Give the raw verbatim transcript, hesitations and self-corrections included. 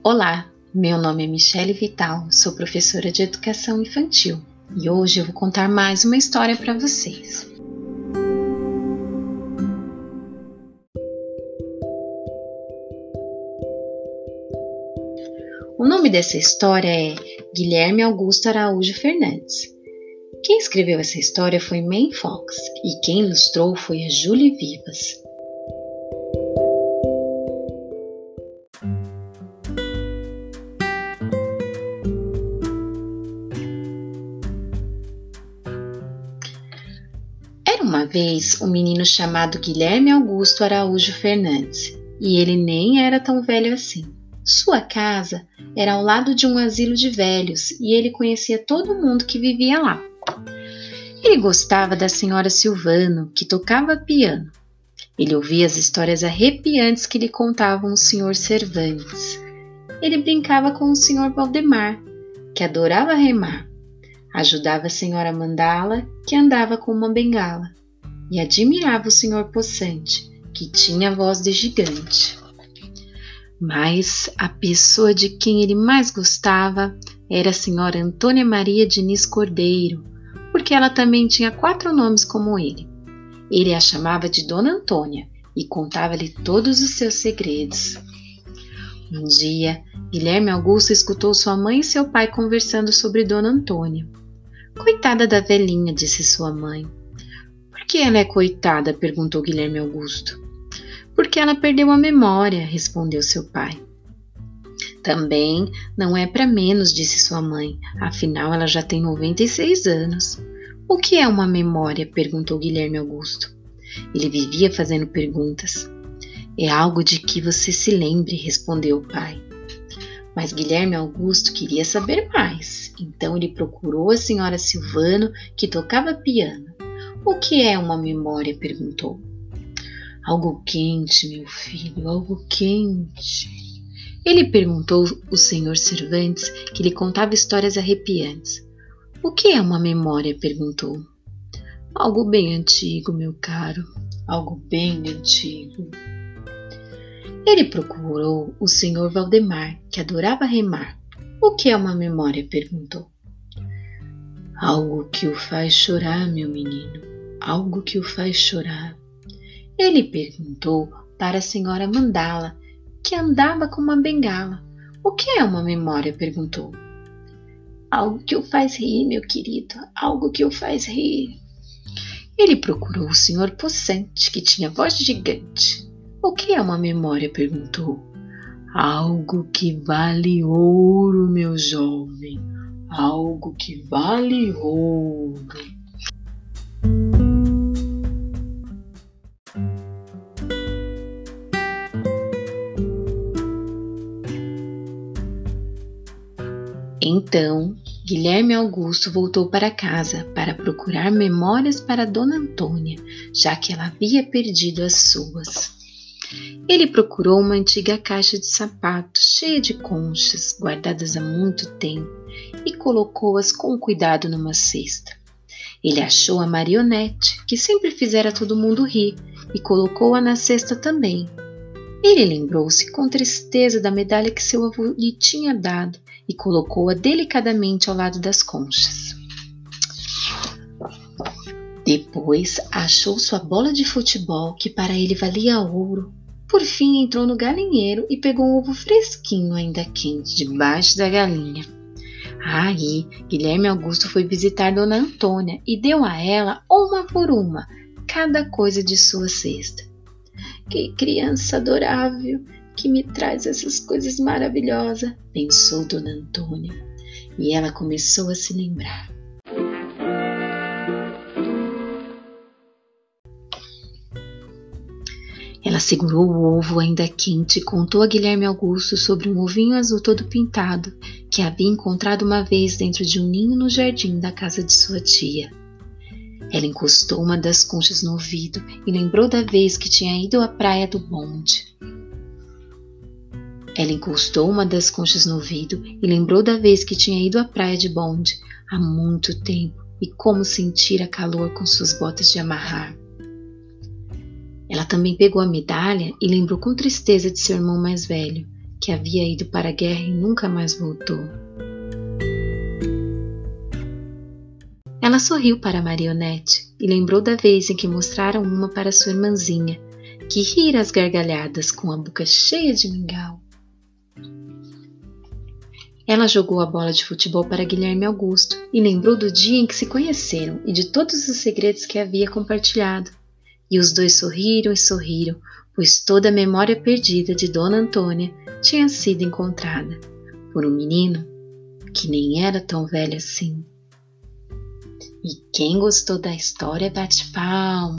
Olá, meu nome é Michele Vital, sou professora de educação infantil e hoje eu vou contar mais uma história para vocês. O nome dessa história é Guilherme Augusto Araújo Fernandes. Quem escreveu essa história foi Mem Fox e quem ilustrou foi a Julie Vivas. Era uma vez um menino chamado Guilherme Augusto Araújo Fernandes e ele nem era tão velho assim. Sua casa era ao lado de um asilo de velhos e ele conhecia todo mundo que vivia lá. Ele gostava da senhora Silvano, que tocava piano. Ele ouvia as histórias arrepiantes que lhe contavam o senhor Cervantes. Ele brincava com o senhor Valdemar, que adorava remar. Ajudava a senhora Mandala, que andava com uma bengala. E admirava o senhor Poçante, que tinha voz de gigante. Mas a pessoa de quem ele mais gostava era a senhora Antônia Maria Diniz Cordeiro, porque ela também tinha quatro nomes como ele. Ele a chamava de Dona Antônia e contava-lhe todos os seus segredos. Um dia, Guilherme Augusto escutou sua mãe e seu pai conversando sobre Dona Antônia. Coitada da velhinha, disse sua mãe. Por que ela é coitada? Perguntou Guilherme Augusto. Porque ela perdeu a memória, respondeu seu pai. Também não é para menos, disse sua mãe, afinal ela já tem noventa e seis anos. O que é uma memória? Perguntou Guilherme Augusto. Ele vivia fazendo perguntas. É algo de que você se lembre, respondeu o pai. Mas Guilherme Augusto queria saber mais, então ele procurou a senhora Silvano, que tocava piano. O que é uma memória? Perguntou. Algo quente, meu filho, algo quente. Ele perguntou ao senhor Cervantes, que lhe contava histórias arrepiantes. O que é uma memória? Perguntou. Algo bem antigo, meu caro, algo bem antigo. Ele procurou o senhor Valdemar, que adorava remar. O que é uma memória? Perguntou. Algo que o faz chorar, meu menino, algo que o faz chorar. Ele perguntou para a senhora Mandala, que andava com uma bengala. O que é uma memória? Perguntou. Algo que o faz rir, meu querido, algo que o faz rir. Ele procurou o senhor Poçante, que tinha voz gigante. O que é uma memória? Perguntou. Algo que vale ouro, meu jovem, algo que vale ouro. Então, Guilherme Augusto voltou para casa para procurar memórias para Dona Antônia, já que ela havia perdido as suas. Ele procurou uma antiga caixa de sapatos cheia de conchas, guardadas há muito tempo, e colocou-as com cuidado numa cesta. Ele achou a marionete, que sempre fizera todo mundo rir, e colocou-a na cesta também. Ele lembrou-se com tristeza da medalha que seu avô lhe tinha dado e colocou-a delicadamente ao lado das conchas. Depois achou sua bola de futebol, que para ele valia ouro. Por fim entrou no galinheiro e pegou um ovo fresquinho, ainda quente, debaixo da galinha. Aí Guilherme Augusto foi visitar Dona Antônia e deu a ela, uma por uma, cada coisa de sua cesta. Que criança adorável, que me traz essas coisas maravilhosas, pensou Dona Antônia, e ela começou a se lembrar. Ela segurou o ovo ainda quente e contou a Guilherme Augusto sobre um ovinho azul todo pintado que havia encontrado uma vez dentro de um ninho no jardim da casa de sua tia. Ela encostou uma das conchas no ouvido e lembrou da vez que tinha ido à praia do bonde. Ela encostou uma das conchas no ouvido e lembrou da vez que tinha ido à praia de bonde há muito tempo e como sentira calor com suas botas de amarrar. Ela também pegou a medalha e lembrou com tristeza de seu irmão mais velho, que havia ido para a guerra e nunca mais voltou. Ela sorriu para a marionete e lembrou da vez em que mostraram uma para sua irmãzinha, que ria às gargalhadas com a boca cheia de mingau. Ela jogou a bola de futebol para Guilherme Augusto e lembrou do dia em que se conheceram e de todos os segredos que havia compartilhado. E os dois sorriram e sorriram, pois toda a memória perdida de Dona Antônia tinha sido encontrada por um menino que nem era tão velho assim. E quem gostou da história bate palma.